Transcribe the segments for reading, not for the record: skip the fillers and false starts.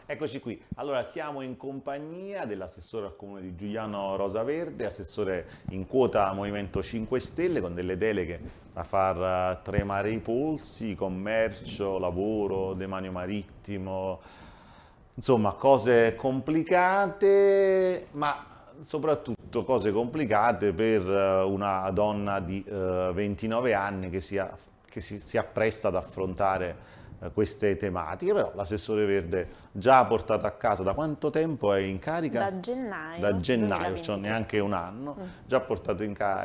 Eccoci qui. Allora, siamo in compagnia dell'assessore al comune di Giugliano Rosaverde, assessore in quota Movimento 5 Stelle, con delle deleghe da far tremare i polsi, commercio, lavoro, demanio marittimo, insomma, cose complicate, ma soprattutto cose complicate per una donna di 29 anni che si appresta ad affrontare queste tematiche, però l'assessore Verde già ha portato a casa. Da quanto tempo è in carica? Da gennaio Da gennaio, cioè 2023. neanche un anno, già ha portato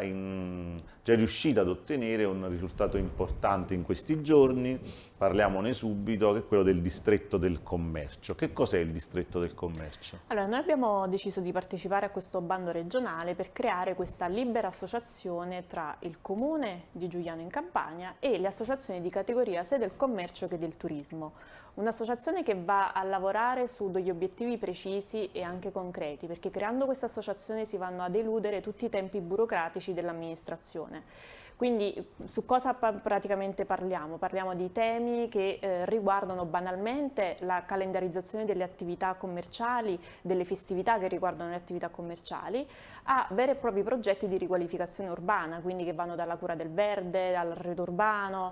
già è riuscita ad ottenere un risultato importante in questi giorni. Parliamone subito, che è quello del distretto del commercio. Che cos'è il distretto del commercio? Allora, noi abbiamo deciso di partecipare a questo bando regionale per creare questa libera associazione tra il comune di Giugliano in Campania e le associazioni di categoria sia del commercio che del turismo. Un'associazione che va a lavorare su degli obiettivi precisi e anche concreti, perché creando questa associazione si vanno ad eludere tutti i tempi burocratici dell'amministrazione. Quindi su cosa praticamente parliamo? Parliamo di temi che riguardano banalmente la calendarizzazione delle attività commerciali, delle festività che riguardano le attività commerciali, a veri e propri progetti di riqualificazione urbana, quindi che vanno dalla cura del verde, all'arredo urbano,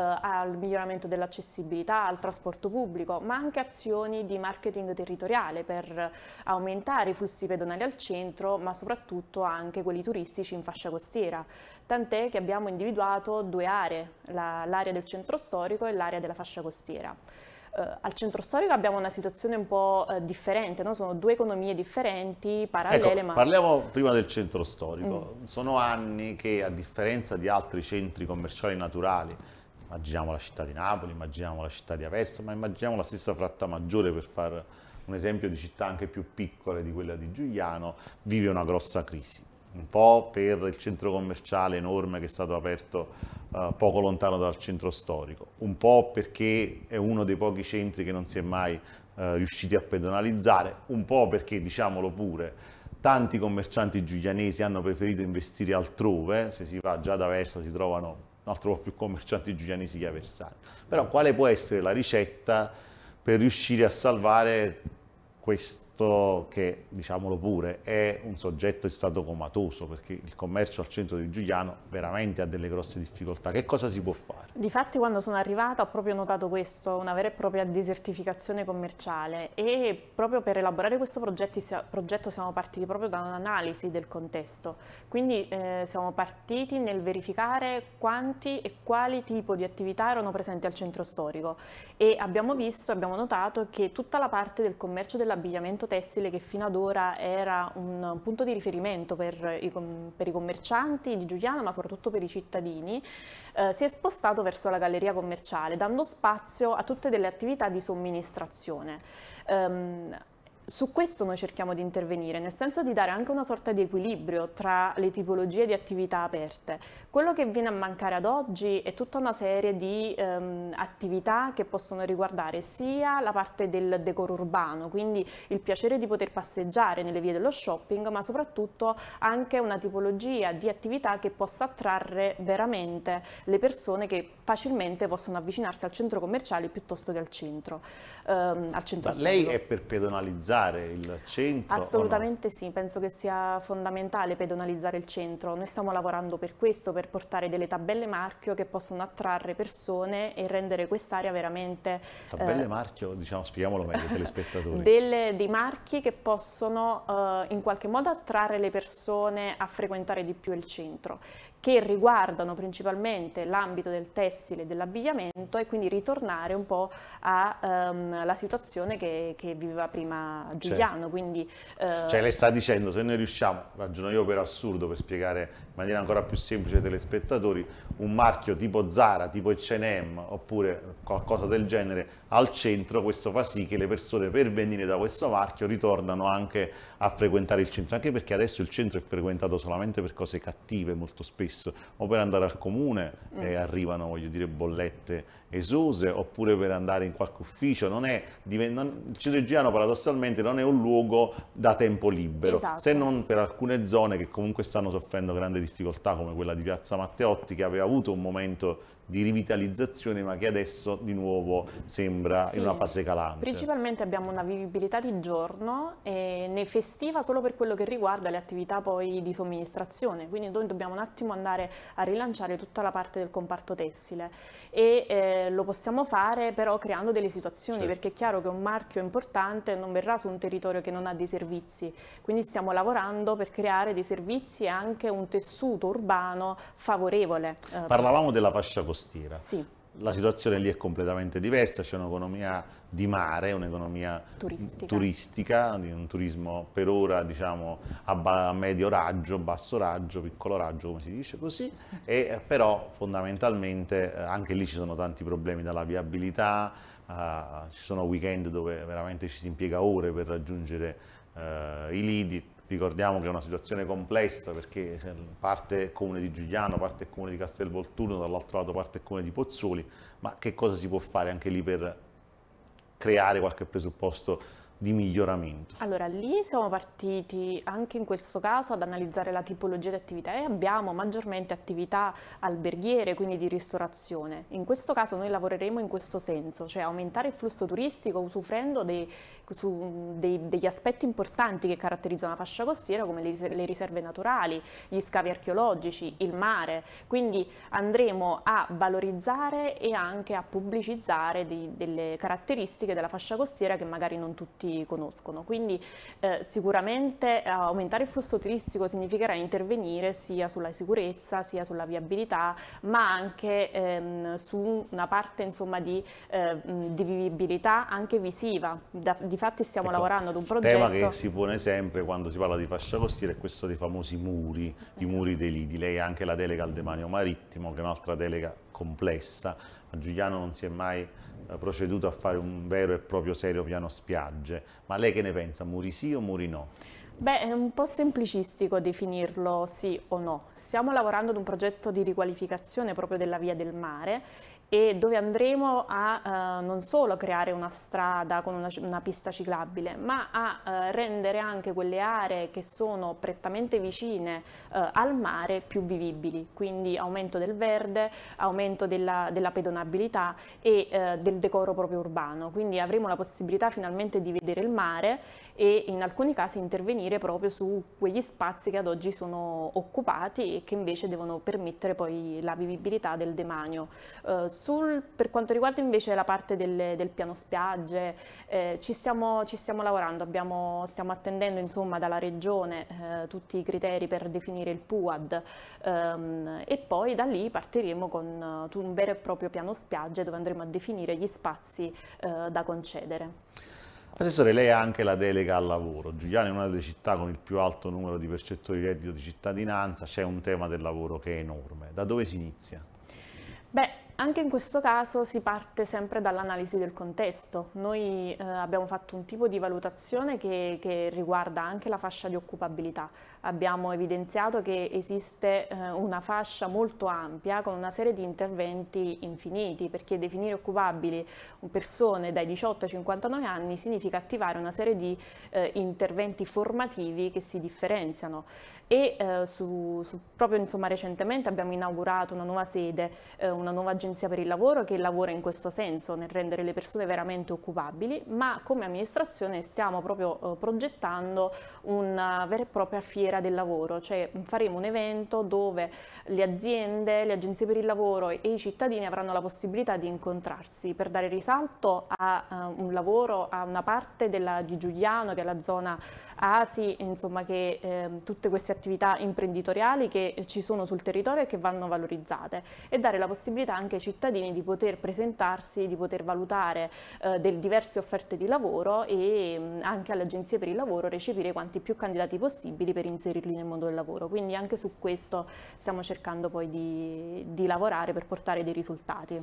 al miglioramento dell'accessibilità, al trasporto pubblico, ma anche azioni di marketing territoriale per aumentare i flussi pedonali al centro, ma soprattutto anche quelli turistici in fascia costiera. Tant'è che abbiamo individuato due aree, l'area del centro storico e l'area della fascia costiera. Al centro storico abbiamo una situazione un po' differente, no? Sono due economie differenti, parallele, Ecco, ma... parliamo prima del centro storico. Sono anni che, a differenza di altri centri commerciali naturali, immaginiamo la città di Napoli, immaginiamo la città di Aversa, ma immaginiamo la stessa Frattamaggiore, per fare un esempio di città anche più piccole di quella di Giugliano, vive una grossa crisi. Un po' per il centro commerciale enorme che è stato aperto poco lontano dal centro storico, un po' perché è uno dei pochi centri che non si è mai riusciti a pedonalizzare, un po' perché, diciamolo pure, tanti commercianti giuglianesi hanno preferito investire altrove. Se si va già da Aversa si trovano un altro po' più commercianti giuglianesi che aversani. Però quale può essere la ricetta per riuscire a salvare questo che, diciamolo pure, è un soggetto in stato comatoso, perché il commercio al centro di Giugliano veramente ha delle grosse difficoltà? Che cosa si può fare? Difatti, quando sono arrivata ho proprio notato questo, una vera e propria desertificazione commerciale, e proprio per elaborare questo progetto siamo partiti proprio da un'analisi del contesto. Quindi siamo partiti nel verificare quanti e quali tipo di attività erano presenti al centro storico, e abbiamo notato che tutta la parte del commercio dell'abbigliamento tessile, che fino ad ora era un punto di riferimento per i commercianti di Giugliano, ma soprattutto per i cittadini, si è spostato verso la galleria commerciale, dando spazio a tutte delle attività di somministrazione. Su questo noi cerchiamo di intervenire, nel senso di dare anche una sorta di equilibrio tra le tipologie di attività aperte. Quello che viene a mancare ad oggi è tutta una serie di attività che possono riguardare sia la parte del decoro urbano, quindi il piacere di poter passeggiare nelle vie dello shopping, ma soprattutto anche una tipologia di attività che possa attrarre veramente le persone che facilmente possono avvicinarsi al centro commerciale piuttosto che al centro Ma lei è per pedonalizzare il centro? Assolutamente sì, penso che sia fondamentale pedonalizzare il centro. Noi stiamo lavorando per questo, per portare delle tabelle marchio che possono attrarre persone e rendere quest'area veramente... Tabelle marchio, diciamo, spieghiamolo meglio ai telespettatori. dei marchi che possono in qualche modo attrarre le persone a frequentare di più il centro, che riguardano principalmente l'ambito del tessile e dell'abbigliamento, e quindi ritornare un po' alla situazione che viveva prima Giugliano. Certo. Quindi, Cioè lei sta dicendo, se noi riusciamo, ragiono io per assurdo, per spiegare in maniera ancora più semplice ai telespettatori, un marchio tipo Zara, tipo H&M oppure qualcosa del genere al centro, questo fa sì che le persone, per venire da questo marchio, ritornano anche a frequentare il centro, anche perché adesso il centro è frequentato solamente per cose cattive molto spesso, o per andare al comune e arrivano, voglio dire, bollette esose, oppure per andare in qualche ufficio. Il centro di Giugliano paradossalmente non è un luogo da tempo libero, Esatto. se non per alcune zone che comunque stanno soffrendo grande difficoltà, come quella di Piazza Matteotti, che aveva avuto un momento di rivitalizzazione, ma che adesso di nuovo sembra Sì, in una fase calante. principalmente abbiamo una vivibilità di giorno e ne festiva solo per quello che riguarda le attività poi di somministrazione, quindi noi dobbiamo un attimo andare a rilanciare tutta la parte del comparto tessile e lo possiamo fare però creando delle situazioni, Certo. perché è chiaro che un marchio importante non verrà su un territorio che non ha dei servizi, quindi stiamo lavorando per creare dei servizi e anche un tessuto urbano favorevole. Parlavamo della fascia costiera. Sì, La situazione lì è completamente diversa, c'è un'economia di mare, un'economia turistica, di un turismo per ora diciamo a medio raggio, basso raggio, piccolo raggio come si dice così, e però fondamentalmente anche lì ci sono tanti problemi dalla viabilità, ci sono weekend dove veramente ci si impiega ore per raggiungere i lidi. Ricordiamo che è una situazione complessa perché parte il comune di Giugliano, parte il comune di Castelvolturno, dall'altro lato parte il comune di Pozzuoli, ma che cosa si può fare anche lì per creare qualche presupposto di miglioramento? allora lì siamo partiti anche in questo caso ad analizzare la tipologia di attività e abbiamo maggiormente attività alberghiere, quindi di ristorazione. In questo caso noi lavoreremo in questo senso, cioè aumentare il flusso turistico usufruendo degli aspetti importanti che caratterizzano la fascia costiera come le riserve naturali, gli scavi archeologici, il mare, quindi andremo a valorizzare e anche a pubblicizzare delle caratteristiche della fascia costiera che magari non tutti conoscono. Quindi sicuramente aumentare il flusso turistico significherà intervenire sia sulla sicurezza, sia sulla viabilità, ma anche su una parte insomma di vivibilità anche visiva. Difatti stiamo lavorando ad un progetto. Il tema che si pone sempre quando si parla di fascia costiera è questo dei famosi muri, i muri dei lidi. Lei ha anche la delega al demanio marittimo, che è un'altra delega complessa. A Giugliano non si è mai proceduto a fare un vero e proprio serio piano spiagge, ma lei che ne pensa? Muri sì o muri no? Beh, è un po' semplicistico definirlo sì o no. Stiamo lavorando ad un progetto di riqualificazione proprio della via del mare e dove andremo a non solo creare una strada con una pista ciclabile, ma a rendere anche quelle aree che sono prettamente vicine al mare più vivibili, quindi aumento del verde, aumento della pedonabilità e del decoro proprio urbano, quindi avremo la possibilità finalmente di vedere il mare e in alcuni casi intervenire proprio su quegli spazi che ad oggi sono occupati e che invece devono permettere poi la vivibilità del demanio. Per quanto riguarda invece la parte del piano spiagge, ci stiamo lavorando, stiamo attendendo insomma dalla Regione tutti i criteri per definire il PUAD e poi da lì partiremo con un vero e proprio piano spiagge dove andremo a definire gli spazi da concedere. Assessore, lei ha anche la delega al lavoro. Giugliano è una delle città con il più alto numero di percettori di reddito di cittadinanza, c'è un tema del lavoro che è enorme. Da dove si inizia? Beh, anche in questo caso si parte sempre dall'analisi del contesto. Noi abbiamo fatto un tipo di valutazione che riguarda anche la fascia di occupabilità. Abbiamo evidenziato che esiste una fascia molto ampia con una serie di interventi infiniti, perché definire occupabili persone dai 18 ai 59 anni significa attivare una serie di interventi formativi che si differenziano. E proprio insomma, recentemente abbiamo inaugurato una nuova sede, una nuova agenzia per il lavoro che lavora in questo senso, nel rendere le persone veramente occupabili, ma come amministrazione stiamo proprio progettando una vera e propria fiera del lavoro, cioè faremo un evento dove le aziende, le agenzie per il lavoro e i cittadini avranno la possibilità di incontrarsi per dare risalto a un lavoro, a una parte di Giugliano, che è la zona ASI, insomma che tutte queste attività imprenditoriali che ci sono sul territorio e che vanno valorizzate e dare la possibilità anche ai cittadini di poter presentarsi, di poter valutare delle diverse offerte di lavoro e anche alle agenzie per il lavoro recepire quanti più candidati possibili per inserirli nel mondo del lavoro. Quindi anche su questo stiamo cercando poi di lavorare per portare dei risultati.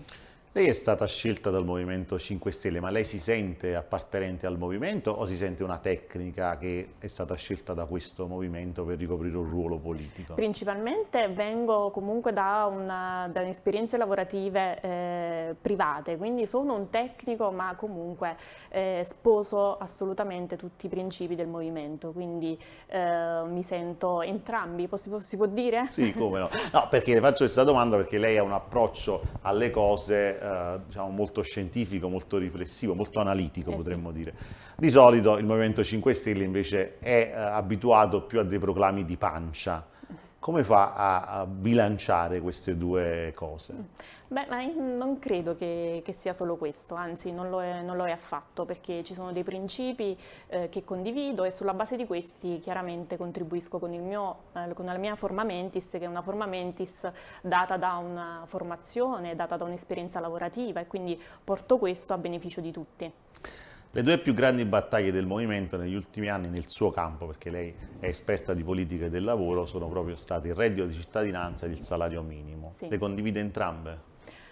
Lei è stata scelta dal Movimento 5 Stelle, ma lei si sente appartenente al movimento o si sente una tecnica che è stata scelta da questo movimento per ricoprire un ruolo politico? Principalmente vengo comunque da da esperienze lavorative private, quindi sono un tecnico, ma comunque sposo assolutamente tutti i principi del movimento, quindi mi sento entrambi, si può dire? Sì, come no. No, perché le faccio questa domanda perché lei ha un approccio alle cose, diciamo, molto scientifico, molto riflessivo, molto analitico, potremmo dire. Di solito il Movimento 5 Stelle invece è abituato più a dei proclami di pancia. Come fa a bilanciare queste due cose? Beh, ma non credo che sia solo questo, anzi non lo è affatto, perché ci sono dei principi che condivido e sulla base di questi chiaramente contribuisco con con la mia forma mentis, che è una forma mentis data da una formazione, data da un'esperienza lavorativa, e quindi porto questo a beneficio di tutti. Le due più grandi battaglie del movimento negli ultimi anni nel suo campo, perché lei è esperta di politica e del lavoro, sono proprio state il reddito di cittadinanza ed il salario minimo. Sì. Le condivide entrambe?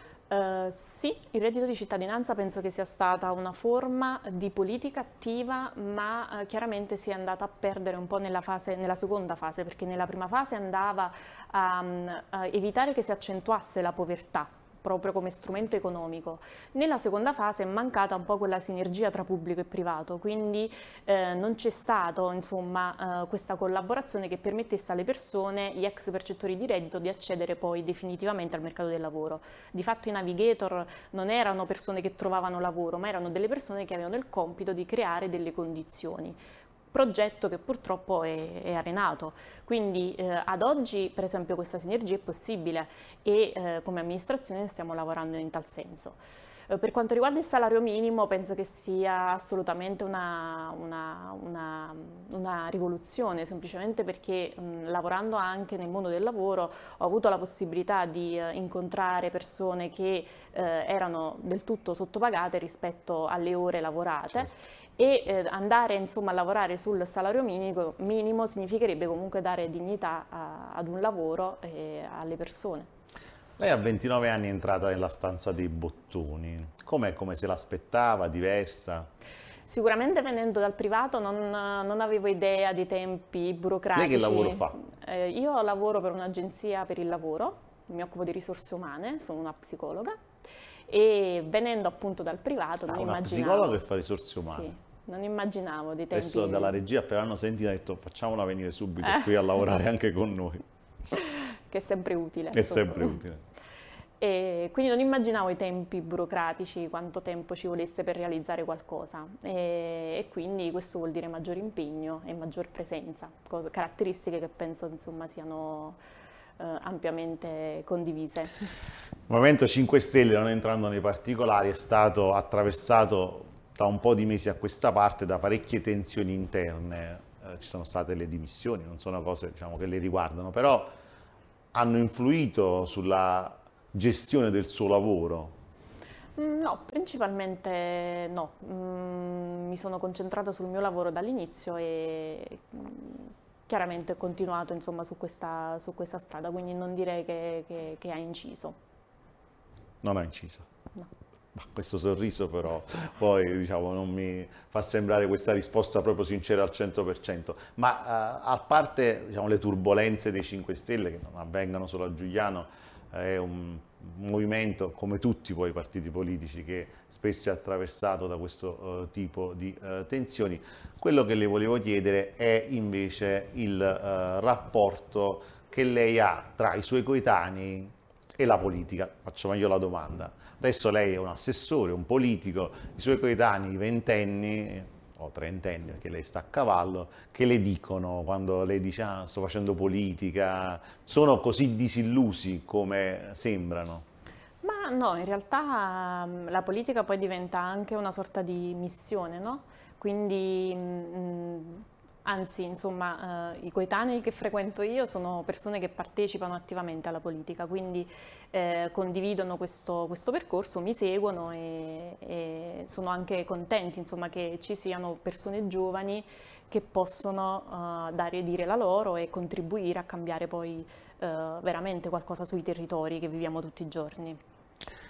Sì, il reddito di cittadinanza penso che sia stata una forma di politica attiva, ma chiaramente si è andata a perdere un po' nella seconda fase, perché nella prima fase andava a evitare che si accentuasse la povertà, proprio come strumento economico. Nella seconda fase è mancata un po' quella sinergia tra pubblico e privato, quindi non c'è stato insomma questa collaborazione che permettesse alle persone, gli ex percettori di reddito, di accedere poi definitivamente al mercato del lavoro. Di fatto i navigator non erano persone che trovavano lavoro, ma erano delle persone che avevano il compito di creare delle condizioni. Progetto che purtroppo è arenato, quindi ad oggi per esempio questa sinergia è possibile e come amministrazione stiamo lavorando in tal senso. Per quanto riguarda il salario minimo penso che sia assolutamente una rivoluzione, semplicemente perché lavorando anche nel mondo del lavoro ho avuto la possibilità di incontrare persone che erano del tutto sottopagate rispetto alle ore lavorate. Certo. E andare insomma a lavorare sul salario minimo significherebbe comunque dare dignità ad un lavoro e alle persone. Lei a 29 anni è entrata nella stanza dei bottoni, com'è, come se l'aspettava, diversa? Sicuramente venendo dal privato non avevo idea di tempi burocratici. Lei che lavoro fa? Io lavoro per un'agenzia per il lavoro, mi occupo di risorse umane, sono una psicologa e venendo appunto dal privato non una immaginavo... psicologa che fa risorse umane? Sì. Non immaginavo dei tempi... Adesso dalla regia appena l'hanno sentita ha detto facciamola venire subito qui a lavorare anche con noi. Che è sempre utile. È sempre utile. E quindi non immaginavo i tempi burocratici, quanto tempo ci volesse per realizzare qualcosa e quindi questo vuol dire maggior impegno e maggior presenza, caratteristiche che penso insomma siano ampiamente condivise. Il Movimento 5 Stelle, non entrando nei particolari, è stato attraversato da un po' di mesi a questa parte da parecchie tensioni interne, ci sono state le dimissioni, non sono cose diciamo, che le riguardano, però hanno influito sulla gestione del suo lavoro? No, principalmente no, mi sono concentrata sul mio lavoro dall'inizio e chiaramente ho continuato insomma, su questa strada, quindi non direi che ha inciso. Non ha inciso? No. Questo sorriso però poi diciamo, non mi fa sembrare questa risposta proprio sincera al 100%, ma a parte diciamo, le turbolenze dei 5 Stelle che non avvengano solo a Giugliano, è un movimento come tutti poi i partiti politici che spesso è attraversato da questo tipo di tensioni. Quello che le volevo chiedere è invece il rapporto che lei ha tra i suoi coetanei e la politica. Faccio meglio la domanda. Adesso lei è un assessore, un politico, i suoi coetanei, i ventenni o trentenni, perché lei sta a cavallo, che le dicono quando lei dice ah, sto facendo politica, sono così disillusi come sembrano? Ma no, in realtà la politica poi diventa anche una sorta di missione, no? Quindi anzi, insomma, i coetanei che frequento io sono persone che partecipano attivamente alla politica, quindi condividono questo percorso, mi seguono e sono anche contenti, insomma, che ci siano persone giovani che possono dire la loro e contribuire a cambiare poi veramente qualcosa sui territori che viviamo tutti i giorni.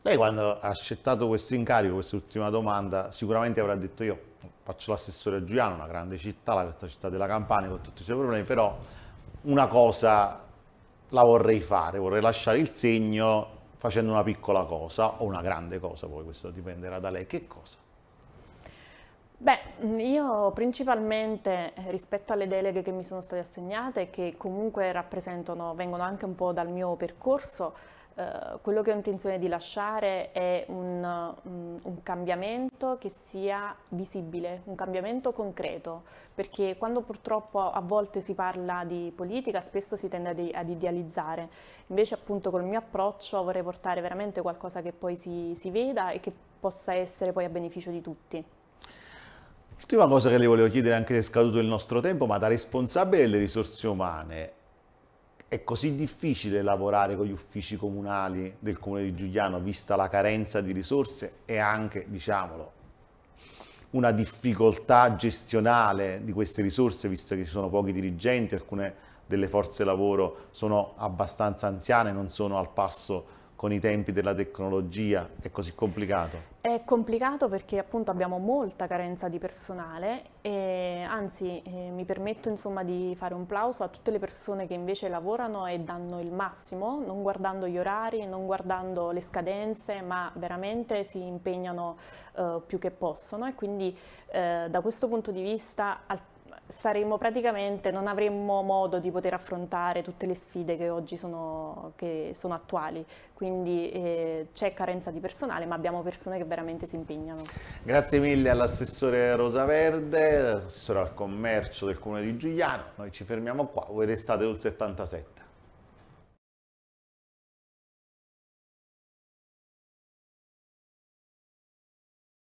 Lei quando ha accettato questo incarico, quest'ultima domanda, sicuramente avrà detto io faccio l'assessore a Giugliano, una grande città, la terza città della Campania con tutti i suoi problemi, però una cosa la vorrei fare, vorrei lasciare il segno facendo una piccola cosa o una grande cosa, poi questo dipenderà da lei. Che cosa? Beh, io principalmente rispetto alle deleghe che mi sono state assegnate, che comunque vengono anche un po' dal mio percorso, quello che ho intenzione di lasciare è un cambiamento che sia visibile, un cambiamento concreto, perché quando purtroppo a volte si parla di politica spesso si tende ad idealizzare, invece appunto col mio approccio vorrei portare veramente qualcosa che poi si veda e che possa essere poi a beneficio di tutti. L'ultima cosa che le volevo chiedere, anche se è scaduto il nostro tempo, ma da responsabile delle risorse umane, è così difficile lavorare con gli uffici comunali del Comune di Giugliano, vista la carenza di risorse e anche, diciamolo, una difficoltà gestionale di queste risorse, visto che ci sono pochi dirigenti, alcune delle forze lavoro sono abbastanza anziane, non sono al passo con i tempi della tecnologia, è così complicato? È complicato perché appunto abbiamo molta carenza di personale e anzi mi permetto insomma di fare un plauso a tutte le persone che invece lavorano e danno il massimo, non guardando gli orari, non guardando le scadenze, ma veramente si impegnano più che possono e quindi da questo punto di vista non avremmo modo di poter affrontare tutte le sfide che oggi che sono attuali, quindi c'è carenza di personale, ma abbiamo persone che veramente si impegnano. Grazie mille all'assessore Rosaverde, assessore al commercio del Comune di Giugliano. Noi ci fermiamo qua, voi restate sul 77.